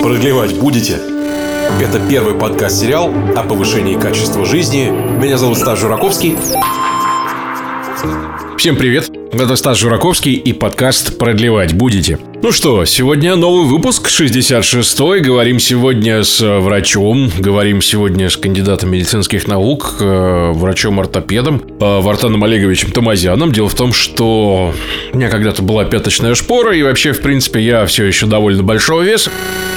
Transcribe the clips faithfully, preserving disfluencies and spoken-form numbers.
Продлевать будете? Это первый подкаст-сериал о повышении качества жизни. Меня зовут Стас Жураковский. Всем привет, это Стас Жураковский и подкаст «Продлевать будете?». Ну что, сегодня новый выпуск, шестьдесят шестой. Говорим сегодня с врачом, говорим сегодня с кандидатом медицинских наук, врачом-ортопедом Вартаном Олеговичем Тамазяном. Дело в том, что у меня когда-то была пяточная шпора, и вообще, в принципе, я все еще довольно большого веса.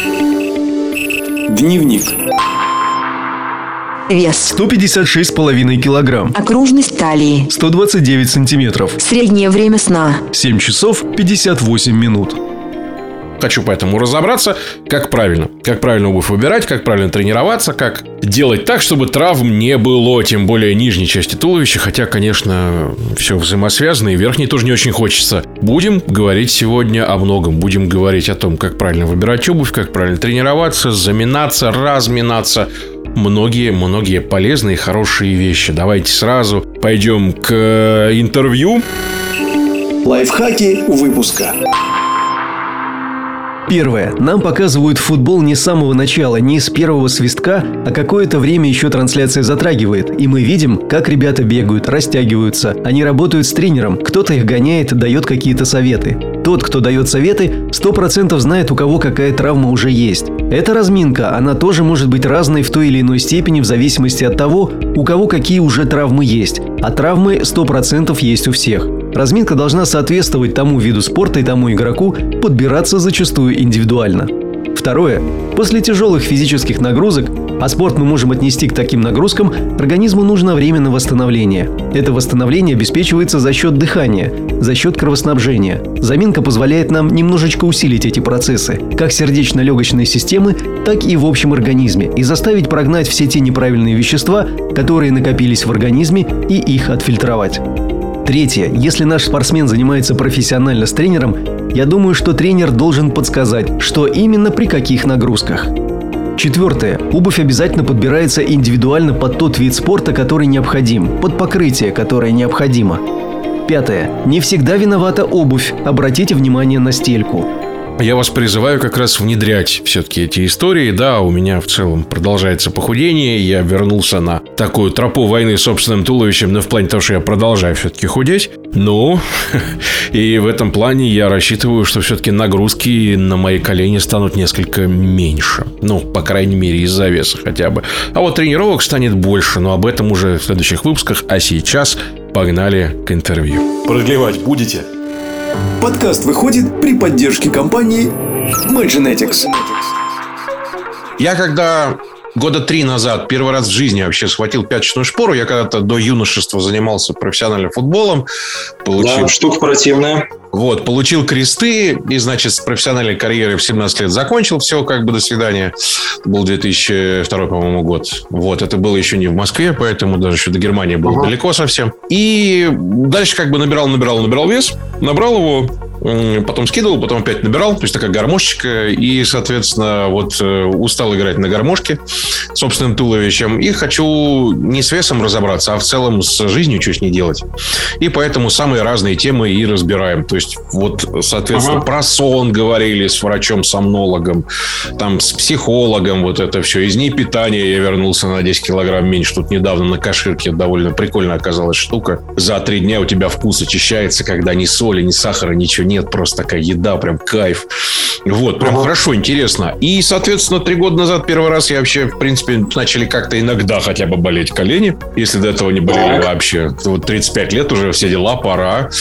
Дневник. Вес сто пятьдесят шесть с половиной килограмм. Окружность талии сто двадцать девять сантиметров. Среднее время сна семь часов пятьдесят восемь минут. Хочу поэтому разобраться, как правильно. Как правильно обувь выбирать, как правильно тренироваться, как делать так, чтобы травм не было, тем более нижней части туловища. Хотя, конечно, все взаимосвязано, и верхней тоже не очень хочется. Будем говорить сегодня о многом. Будем говорить о том, как правильно выбирать обувь, как правильно тренироваться, заминаться, разминаться. Многие-многие полезные и хорошие вещи. Давайте сразу пойдем к интервью. Лайфхаки выпуска. Первое. Нам показывают футбол не с самого начала, не с первого свистка, а какое-то время еще трансляция затрагивает. И мы видим, как ребята бегают, растягиваются. Они работают с тренером. Кто-то их гоняет, дает какие-то советы. Тот, кто дает советы, сто процентов знает, у кого какая травма уже есть. Эта разминка, она тоже может быть разной в той или иной степени в зависимости от того, у кого какие уже травмы есть. А травмы сто процентов есть у всех. Разминка должна соответствовать тому виду спорта и тому игроку, подбираться зачастую индивидуально. Второе. После тяжелых физических нагрузок, а спорт мы можем отнести к таким нагрузкам, организму нужно время на восстановление. Это восстановление обеспечивается за счет дыхания, за счет кровоснабжения. Заминка позволяет нам немножечко усилить эти процессы, как сердечно-легочной системы, так и в общем организме, и заставить прогнать все те неправильные вещества, которые накопились в организме, и их отфильтровать. Третье. Если наш спортсмен занимается профессионально с тренером, я думаю, что тренер должен подсказать, что именно при каких нагрузках. Четвертое. Обувь обязательно подбирается индивидуально под тот вид спорта, который необходим, под покрытие, которое необходимо. Пятое. Не всегда виновата обувь. Обратите внимание на стельку. Я вас призываю как раз внедрять все-таки эти истории. Да, у меня в целом продолжается похудение. Я вернулся на такую тропу войны с собственным туловищем, но в плане того, что я продолжаю все-таки худеть. Ну, и в этом плане я рассчитываю, что все-таки нагрузки на мои колени станут несколько меньше. Ну, по крайней мере, из-за веса хотя бы. А вот тренировок станет больше, но об этом уже в следующих выпусках. А сейчас погнали к интервью. Продлевать будете? Подкаст выходит при поддержке компании MyGenetics. Я когда года три назад первый раз в жизни вообще схватил пяточную шпору, я когда-то до юношества занимался профессиональным футболом. Получил... Да, штука противная. Вот, получил кресты, и, значит, с профессиональной карьерой в семнадцать лет закончил все, как бы, до свидания. Это был две тысячи второй, по-моему, год. Вот, это было еще не в Москве, поэтому даже еще до Германии было uh-huh. далеко совсем. И дальше как бы набирал, набирал, набирал вес, набрал его, потом скидывал, потом опять набирал, то есть такая гармошечка, и, соответственно, вот устал играть на гармошке собственным туловищем, и хочу не с весом разобраться, а в целом с жизнью что-то не делать. И поэтому самые разные темы и разбираем. То есть, вот, соответственно, ага. про сон говорили с врачом-сомнологом, там, с психологом, вот это все. Из ней питания я вернулся на десять килограмм меньше. Тут недавно на Каширке довольно прикольно оказалась штука. За три дня у тебя вкус очищается, когда ни соли, ни сахара, ничего нет. Просто такая еда, прям кайф. Вот, прям ага. хорошо, интересно. И, соответственно, три года назад первый раз я вообще, в принципе, начали как-то иногда хотя бы болеть колени. Если до этого не болели так. вообще. Вот тридцать пять лет уже, все дела, пора.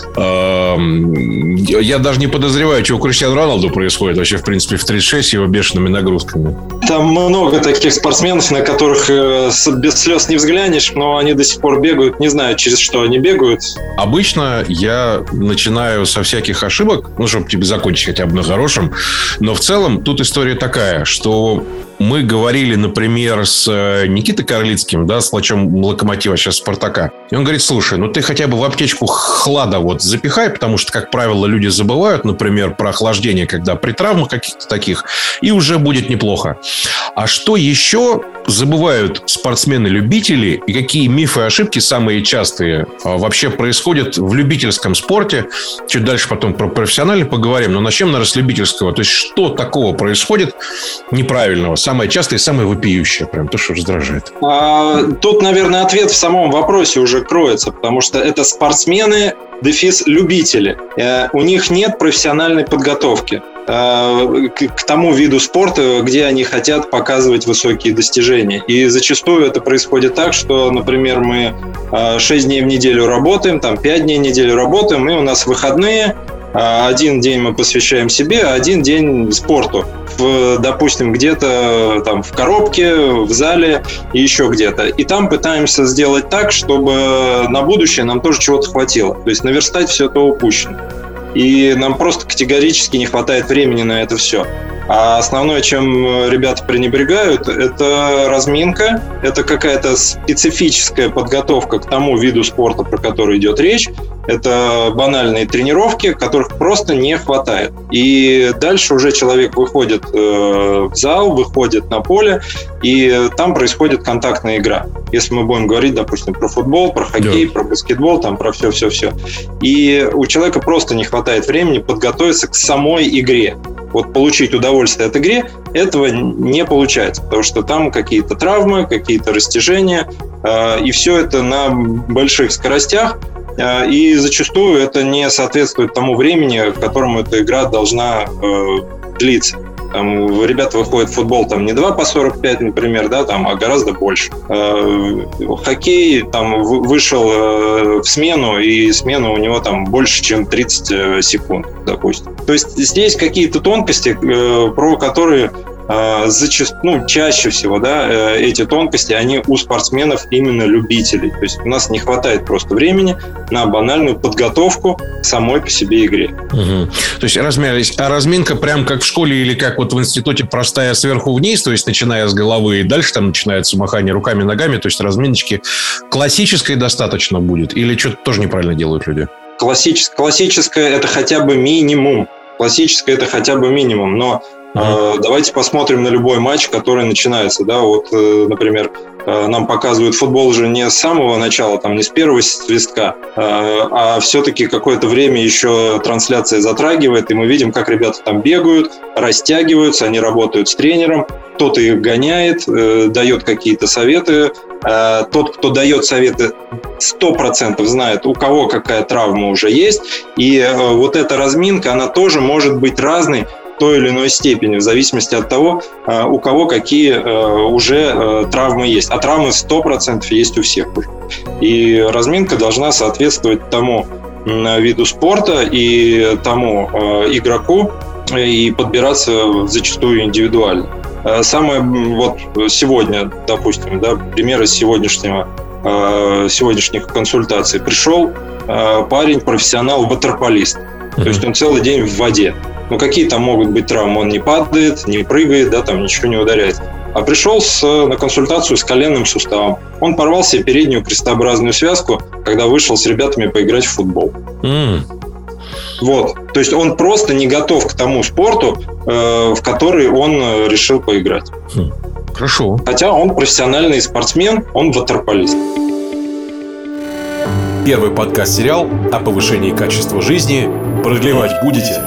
Я даже не подозреваю, что у Криштиану Роналду происходит вообще, в принципе, в тридцать шесть его бешеными нагрузками. Там много таких спортсменов, на которых без слез не взглянешь, но они до сих пор бегают. Не знаю, через что они бегают. Обычно я начинаю со всяких ошибок, ну, чтобы тебе закончить хотя бы на хорошем. Но в целом тут история такая, что мы говорили, например, с Никитой Карлицким, да, с лачом Локомотива, сейчас Спартака. И он говорит, слушай, ну ты хотя бы в аптечку хлада вот запихай, потому что, как правило, люди забывают, например, про охлаждение, когда при травмах каких-то таких, и уже будет неплохо. А что еще забывают спортсмены-любители, и какие мифы и ошибки самые частые вообще происходят в любительском спорте? Чуть дальше потом про профессиональный поговорим, но начнем, наверное, с любительского. То есть, что такого происходит неправильного? Самое частое и самое вопиющее, прям то, что раздражает. А, тут, наверное, ответ в самом вопросе уже кроется, потому что это спортсмены, дефис любители. У них нет профессиональной подготовки к тому виду спорта, где они хотят показывать высокие достижения. И зачастую это происходит так, что, например, мы шесть дней в неделю работаем, там пять дней в неделю работаем, и у нас выходные. Один день мы посвящаем себе, а один день спорту. В, допустим, где-то там в коробке, в зале и еще где-то. И там пытаемся сделать так, чтобы на будущее нам тоже чего-то хватило. То есть наверстать все то упущенное. И нам просто категорически не хватает времени на это все. А основное, чем ребята пренебрегают, это разминка, это какая-то специфическая подготовка к тому виду спорта, про который идет речь. Это банальные тренировки, которых просто не хватает. И дальше уже человек выходит в зал, выходит на поле, и там происходит контактная игра. Если мы будем говорить, допустим, про футбол, про хоккей, да. про баскетбол, там про все-все-все. И у человека просто не хватает времени подготовиться к самой игре. Вот получить удовольствие от игры, этого не получается, потому что там какие-то травмы, какие-то растяжения, и все это на больших скоростях, и зачастую это не соответствует тому времени, в котором эта игра должна длиться. Там ребята выходят в футбол там не два по сорок пять, например, да, там, а гораздо больше. Хоккей там вышел в смену, и смена у него там больше, чем тридцать секунд, допустим. То есть здесь какие-то тонкости, про которые зачастую, ну, чаще всего, да, эти тонкости, они у спортсменов именно любителей. То есть у нас не хватает просто времени на банальную подготовку к самой по себе игре. Угу. То есть размялись. А разминка прям как в школе или как вот в институте простая сверху вниз, то есть начиная с головы и дальше там начинается махание руками, ногами, то есть разминочки классической достаточно будет? Или что-то тоже неправильно делают люди? Классическое, классическое это хотя бы минимум. Классическое это хотя бы минимум, но Uh-huh. давайте посмотрим на любой матч, который начинается. Да? Вот, например, нам показывают футбол же не с самого начала, там, не с первого свистка, а все-таки какое-то время еще трансляция затрагивает, и мы видим, как ребята там бегают, растягиваются, они работают с тренером, кто-то их гоняет, дает какие-то советы. Тот, кто дает советы, сто процентов знает, у кого какая травма уже есть, и вот эта разминка, она тоже может быть разной в той или иной степени, в зависимости от того, у кого какие уже травмы есть. А травмы сто процентов есть у всех уже. И разминка должна соответствовать тому виду спорта и тому игроку, и подбираться зачастую индивидуально. Самое вот сегодня, допустим, да, пример из сегодняшнего, сегодняшних консультаций. Пришел парень, профессионал-ватерполист. Mm-hmm. То есть он целый день в воде. Ну, какие там могут быть травмы? Он не падает, не прыгает, да, там ничего не ударяет. А пришел с, на консультацию с коленным суставом. Он порвал себе переднюю крестообразную связку, когда вышел с ребятами поиграть в футбол. Mm. Вот. То есть он просто не готов к тому спорту, э, в который он решил поиграть. Mm. Хорошо. Хотя он профессиональный спортсмен, он ватерполист. Первый подкаст-сериал о повышении качества жизни. Продлевать будете?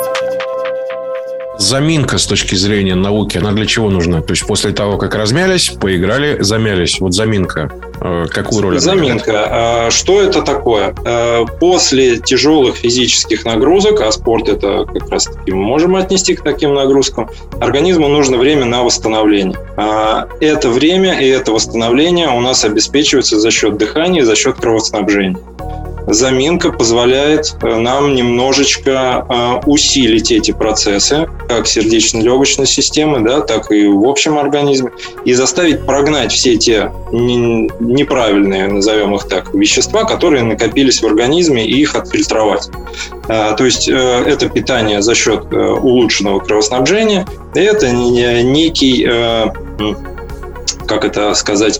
Заминка с точки зрения науки, она для чего нужна? То есть после того, как размялись, поиграли, замялись. Вот заминка, какую роль? Заминка. Что это такое? После тяжелых физических нагрузок, а спорт это как раз таки мы можем отнести к таким нагрузкам, организму нужно время на восстановление. Это время и это восстановление у нас обеспечивается за счет дыхания и за счет кровоснабжения. заминка позволяет нам немножечко усилить эти процессы, как сердечно-легочной системы, да, так и в общем организме, и заставить прогнать все те неправильные, назовем их так, вещества, которые накопились в организме, и их отфильтровать. То есть это питание за счет улучшенного кровоснабжения, это некий, как это сказать,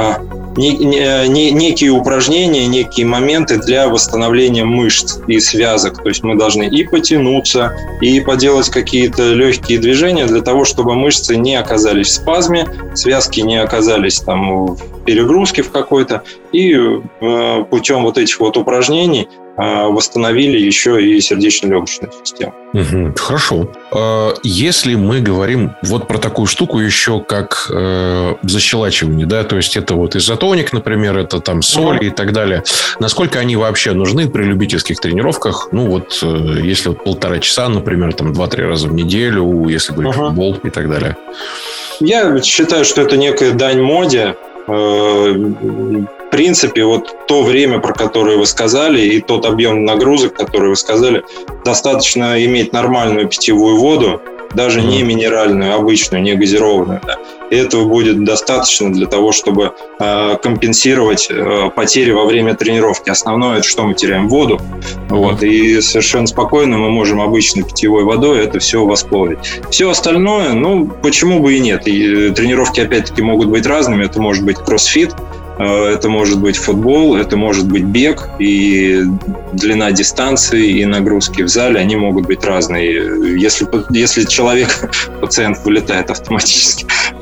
некие упражнения, некие моменты для восстановления мышц и связок. То есть мы должны и потянуться, и поделать какие-то легкие движения для того, чтобы мышцы не оказались в спазме, связки не оказались там в перегрузке в какой-то, и э, путем вот этих вот упражнений э, восстановили еще и сердечно-легочную систему. Угу, хорошо. Если мы говорим вот про такую штуку еще, как э, защелачивание, да, то есть это вот изотоник, например, это там соль угу. и так далее. Насколько они вообще нужны при любительских тренировках? Ну вот, э, если вот полтора часа, например, там два-три раза в неделю, если говорить угу. футбол и так далее. Я считаю, что это некая дань моде. В принципе, вот то время, про которое вы сказали, и тот объем нагрузок, который вы сказали, достаточно иметь нормальную питьевую воду, даже не минеральную, обычную, не газированную. Да. И этого будет достаточно для того, чтобы э, компенсировать э, потери во время тренировки. Основное, это что мы теряем? Воду. Вот. И совершенно спокойно мы можем обычной питьевой водой это все восполнить. Все остальное, ну, почему бы и нет. И тренировки, опять-таки, могут быть разными. Это может быть кроссфит, это может быть футбол, это может быть бег, и длина дистанции, и нагрузки в зале, они могут быть разные. Если, если человек, пациент вылетает автоматически.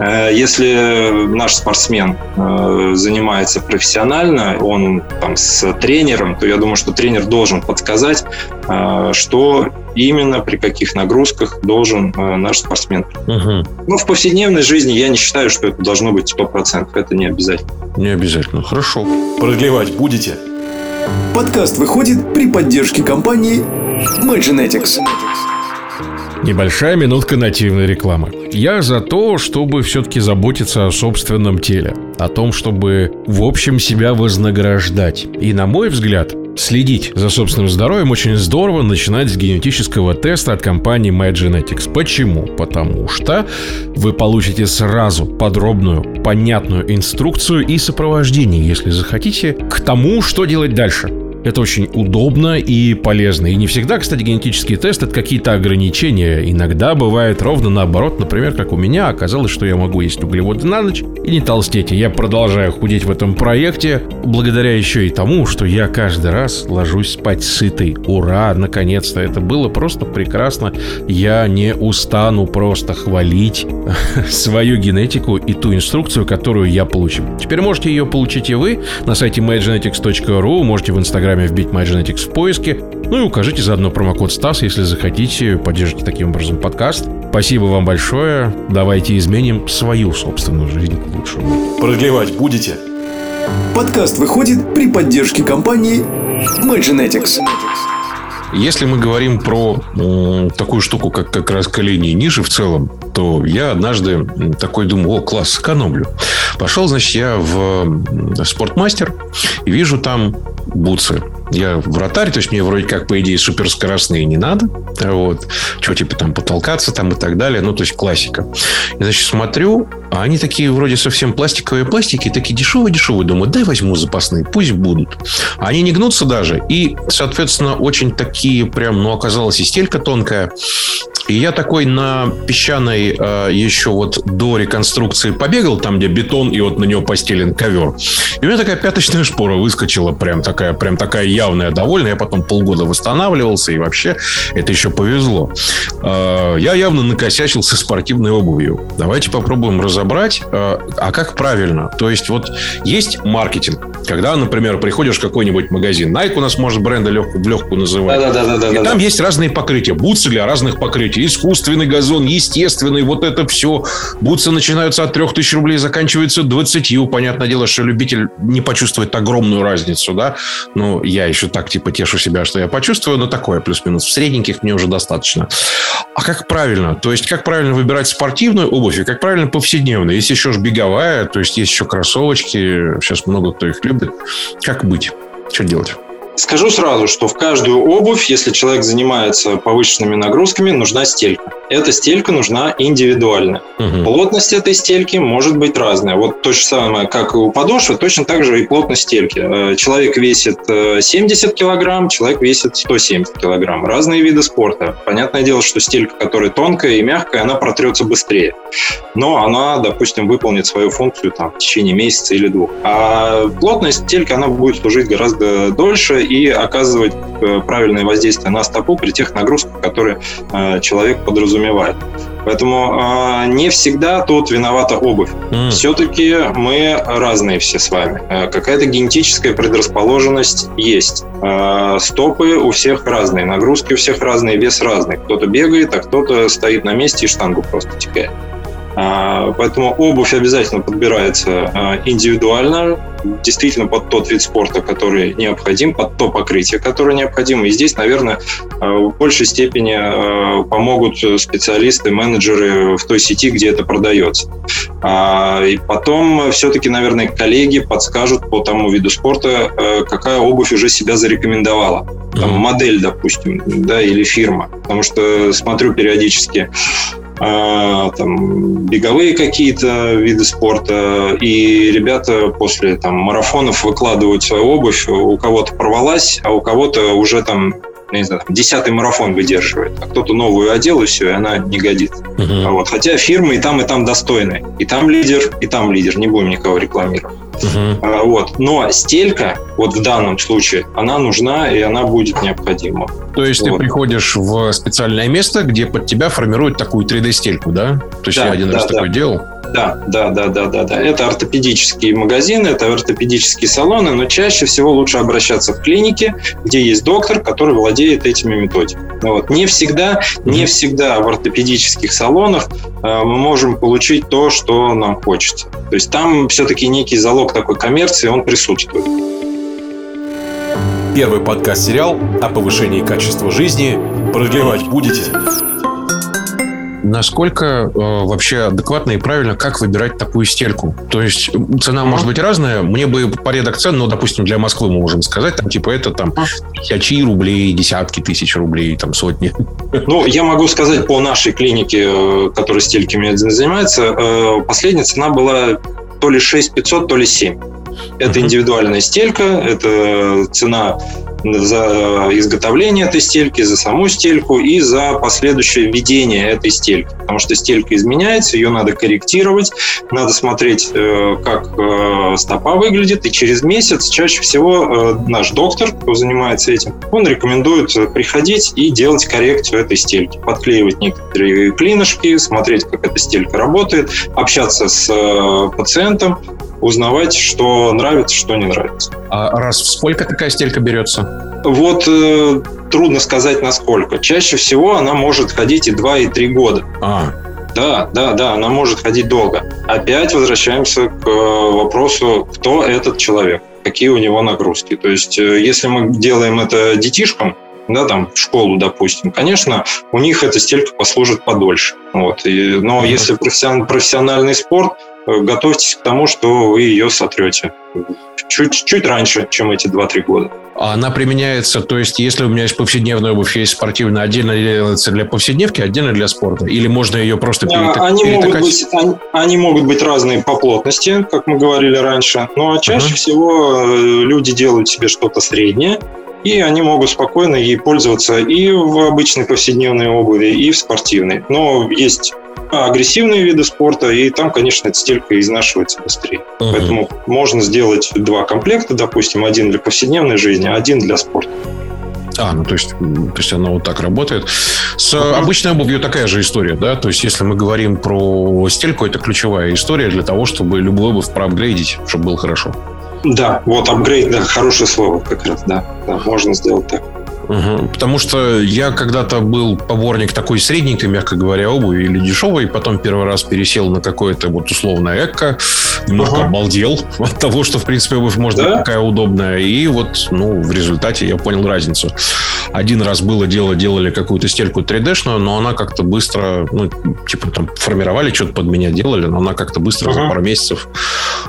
Если наш спортсмен занимается профессионально, он там с тренером, то я думаю, что тренер должен подсказать, что именно при каких нагрузках должен наш спортсмен. Угу. Но в повседневной жизни я не считаю, что это должно быть сто процентов. Это не обязательно. Не обязательно. Хорошо. Продлевать будете? Подкаст выходит при поддержке компании Magennetics. Небольшая минутка нативной рекламы. Я за то, чтобы все-таки заботиться о собственном теле. О том, чтобы в общем себя вознаграждать. И, на мой взгляд, следить за собственным здоровьем очень здорово начинать с генетического теста от компании Magennetics. Почему? Потому что вы получите сразу подробную, понятную инструкцию и сопровождение, если захотите, к тому, что делать дальше. Это очень удобно и полезно. И не всегда, кстати, генетический тест — это какие-то ограничения. Иногда бывает ровно наоборот. Например, как у меня оказалось, что я могу есть углеводы на ночь и не толстеть. И я продолжаю худеть в этом проекте благодаря еще и тому, что я каждый раз ложусь спать сытый. Ура! Наконец-то! Это было просто прекрасно. Я не устану просто хвалить свою генетику и ту инструкцию, которую я получил. Теперь можете ее получить и вы на сайте magennetics точка ру, можете в Инстаграме вбить Magennetics в поиске. Ну и укажите заодно промокод Стас, если захотите, поддержите таким образом подкаст. Спасибо вам большое. Давайте изменим свою собственную жизнь к лучшему. Продлевать будете? Подкаст выходит при поддержке компании Magennetics. Если мы говорим про э, такую штуку, как как раз колени ниже в целом, то я однажды такой думаю: о, класс, сэкономлю. Пошел, значит, я в Спортмастер и вижу там бутсы. Я вратарь, то есть мне вроде как, по идее, суперскоростные не надо. Вот. Что, типа, там потолкаться там и так далее. Ну, то есть классика. И, значит, смотрю, а они такие вроде совсем пластиковые пластики, такие дешевые-дешевые. Думаю, дай возьму запасные, пусть будут. А они не гнутся даже. И, соответственно, очень такие прям, ну, оказалась и стелька тонкая. И я такой на песчаной э, еще вот до реконструкции побегал, там, где бетон, и вот на него постелен ковер. И у меня такая пяточная шпора выскочила, прям такая, прям такая явная, довольная. Я потом полгода восстанавливался, и вообще это еще повезло. Э, я явно накосячил со спортивной обувью. Давайте попробуем разобрать, э, а как правильно. То есть вот есть маркетинг. Когда, например, приходишь в какой-нибудь магазин, Nike у нас может бренда лег, в легкую называть. Да, да, да, да, и да, там да. есть разные покрытия. Бутсы для разных покрытий. Искусственный газон, естественный, вот это все. Бутсы начинаются от трех тысяч рублей, заканчиваются двадцатью. Понятное дело, что любитель не почувствует огромную разницу, да. Ну, я еще так, типа, тешу себя, что я почувствую, но такое плюс-минус. В средненьких мне уже достаточно. А как правильно? То есть, как правильно выбирать спортивную обувь и как правильно повседневную? Есть еще ж беговая, то есть, есть еще кроссовочки. Сейчас много кто их любит. Как быть? Что делать? Скажу сразу, что в каждую обувь, если человек занимается повышенными нагрузками, нужна стелька. Эта стелька нужна индивидуально. Угу. Плотность этой стельки может быть разная. Вот то же самое, как и у подошвы, точно так же и плотность стельки. Человек весит семьдесят килограмм, человек весит сто семьдесят килограмм. Разные виды спорта. Понятное дело, что стелька, которая тонкая и мягкая, она протрется быстрее. Но она, допустим, выполнит свою функцию там, в течение месяца или двух. А плотная стелька, она будет служить гораздо дольше и оказывать правильное воздействие на стопу при тех нагрузках, которые э, человек подразумевает. Поэтому э, не всегда тут виновата обувь. Mm. Все-таки мы разные все с вами. Э, какая-то генетическая предрасположенность есть. Э, стопы у всех разные, нагрузки у всех разные, вес разный. Кто-то бегает, а кто-то стоит на месте и штангу просто тягает. Поэтому обувь обязательно подбирается индивидуально, действительно под тот вид спорта, который необходим, под то покрытие, которое необходимо. И здесь, наверное, в большей степени помогут специалисты, менеджеры в той сети, где это продается. И потом все-таки, наверное, коллеги подскажут по тому виду спорта, какая обувь уже себя зарекомендовала. Там, модель, допустим, да, или фирма. Потому что смотрю периодически там, беговые какие-то виды спорта, и ребята после там, марафонов выкладывают свою обувь, у кого-то порвалась, а у кого-то уже там, не знаю, десятый марафон выдерживает, а кто-то новую одел, и все, и она не годится. Uh-huh. Вот. Хотя фирмы и там, и там достойны. И там лидер, и там лидер, не будем никого рекламировать. Uh-huh. А, вот. Но стелька, вот в данном случае, она нужна, и она будет необходима. То есть вот. Ты приходишь в специальное место, где под тебя формируют такую три дэ-стельку, да? То есть да, я один да, раз да. такое делал. Да, да, да, да, да, да. Это ортопедические магазины, это ортопедические салоны, но чаще всего лучше обращаться в клинике, где есть доктор, который владеет этими методиками. Вот. Не всегда, не всегда в ортопедических салонах э, мы можем получить то, что нам хочется. То есть там все-таки некий залог такой коммерции, он присутствует. Первый подкаст-сериал о повышении качества жизни. Продлевать будете? Насколько э, вообще адекватно и правильно, как выбирать такую стельку? То есть цена может быть разная. Мне бы порядок цен, но, допустим, для Москвы мы можем сказать, там типа это там тысячи рублей, десятки тысяч рублей, там сотни. Ну, я могу сказать по нашей клинике, которая стельками занимается, последняя цена была то ли шесть тысяч пятьсот, то ли семь. Это индивидуальная стелька, это цена за изготовление этой стельки, за саму стельку и за последующее введение этой стельки. Потому что стелька изменяется, ее надо корректировать, надо смотреть, как стопа выглядит. И через месяц чаще всего наш доктор, кто занимается этим, он рекомендует приходить и делать коррекцию этой стельки. Подклеивать некоторые клинышки, смотреть, как эта стелька работает, общаться с пациентом, узнавать, что нравится, что не нравится. А раз в сколько такая стелька берется? Вот э, трудно сказать, насколько. Чаще всего она может ходить и два, и три года. А. Да, да, да, она может ходить долго. Опять возвращаемся к вопросу, кто этот человек, какие у него нагрузки. То есть, если мы делаем это детишкам, да, там, в школу, допустим, конечно, у них эта стелька послужит подольше. Вот. И, но mm-hmm. если профессиональный спорт, готовьтесь к тому, что вы ее сотрете чуть-чуть раньше, чем эти два-три года. А она применяется, то есть, если у меня есть повседневная обувь, есть спортивная, отдельно делается для повседневки, отдельно для спорта? Или можно ее просто перетак... они перетакать? Могут быть, они, они могут быть разные по плотности, как мы говорили раньше, но чаще uh-huh. всего люди делают себе что-то среднее, и они могут спокойно ей пользоваться и в обычной повседневной обуви, и в спортивной. Но есть агрессивные виды спорта, и там, конечно, эта стелька изнашивается быстрее. Uh-huh. Поэтому можно сделать два комплекта, допустим, один для повседневной жизни, один для спорта. А, ну то есть, то есть она вот так работает. С uh-huh. обычной обувью такая же история, да? То есть, если мы говорим про стельку, это ключевая история для того, чтобы любую обувь проапгрейдить, чтобы было хорошо. Да, вот апгрейд, да, хорошее слово как раз, да, да, можно сделать так. Угу. Потому что я когда-то был поборник такой средненькой, мягко говоря, обуви или дешевой, потом первый раз пересел на какое-то вот условное эко, немножко ага. обалдел от того, что, в принципе, обувь может да? быть такая удобная. И вот, ну, в результате я понял разницу. Один раз было дело, делали какую-то стельку три дэ-шную, но она как-то быстро, ну, типа там формировали, что-то под меня делали, но она как-то быстро ага. за пару месяцев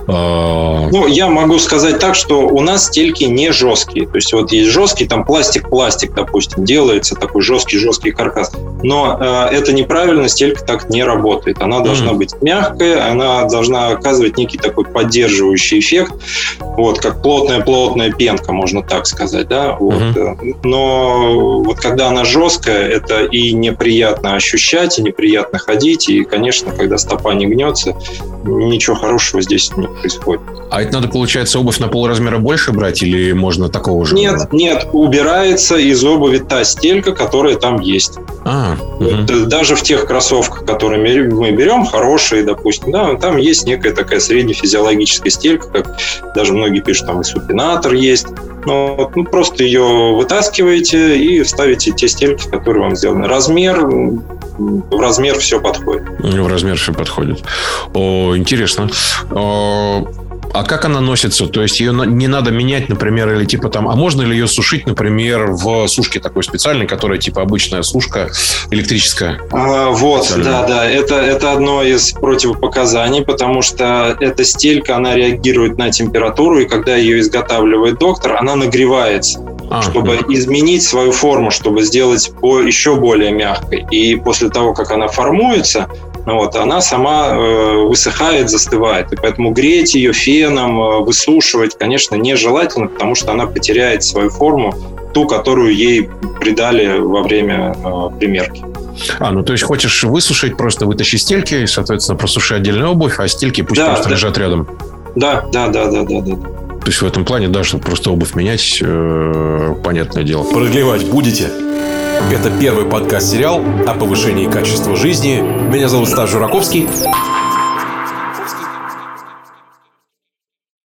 Ну, я могу сказать так, что у нас стельки не жесткие. То есть вот есть жесткий, там пластик-пластик, допустим, делается такой жесткий-жесткий каркас. Но э, это неправильно, стелька так не работает. Она должна быть мягкая, она должна оказывать некий такой поддерживающий эффект, вот, как плотная-плотная пенка, можно так сказать, да. Вот. Uh-huh. Но вот когда она жесткая, это и неприятно ощущать, и неприятно ходить, и, конечно, когда стопа не гнется, ничего хорошего здесь не происходит. А это надо, получается, обувь на полразмера больше брать или можно такого же? Нет, нет, убирается из обуви та стелька, которая там есть. А, угу. Даже в тех кроссовках, которые мы берем, хорошие, допустим, да, там есть некая такая среднефизиологическая стелька, как даже многие пишут, там и супинатор есть. Но ну, просто ее вытаскиваете и ставите те стельки, которые вам сделаны. Размер, в размер все подходит. В размер все подходит. О, интересно. О, а как она носится? То есть ее не надо менять, например, или типа там... А можно ли ее сушить, например, в сушке такой специальной, которая типа обычная сушка электрическая? А, вот, да, да. Это, это одно из противопоказаний, потому что эта стелька, она реагирует на температуру, и когда ее изготавливает доктор, она нагревается. А, чтобы да. изменить свою форму, чтобы сделать еще более мягкой. И после того, как она формуется, вот, она сама э, высыхает, застывает. И поэтому греть ее феном, э, высушивать, конечно, нежелательно, потому что она потеряет свою форму, ту, которую ей придали во время э, примерки. А, ну то есть хочешь высушить, просто вытащи стельки, и, соответственно, просуши отдельную обувь, а стельки пусть да, просто да. лежат рядом. Да, да, да, да, да, да. То есть в этом плане, да, чтобы просто обувь менять, э, понятное дело. Продлевать будете? Это первый подкаст-сериал о повышении качества жизни. Меня зовут Стас Жураковский.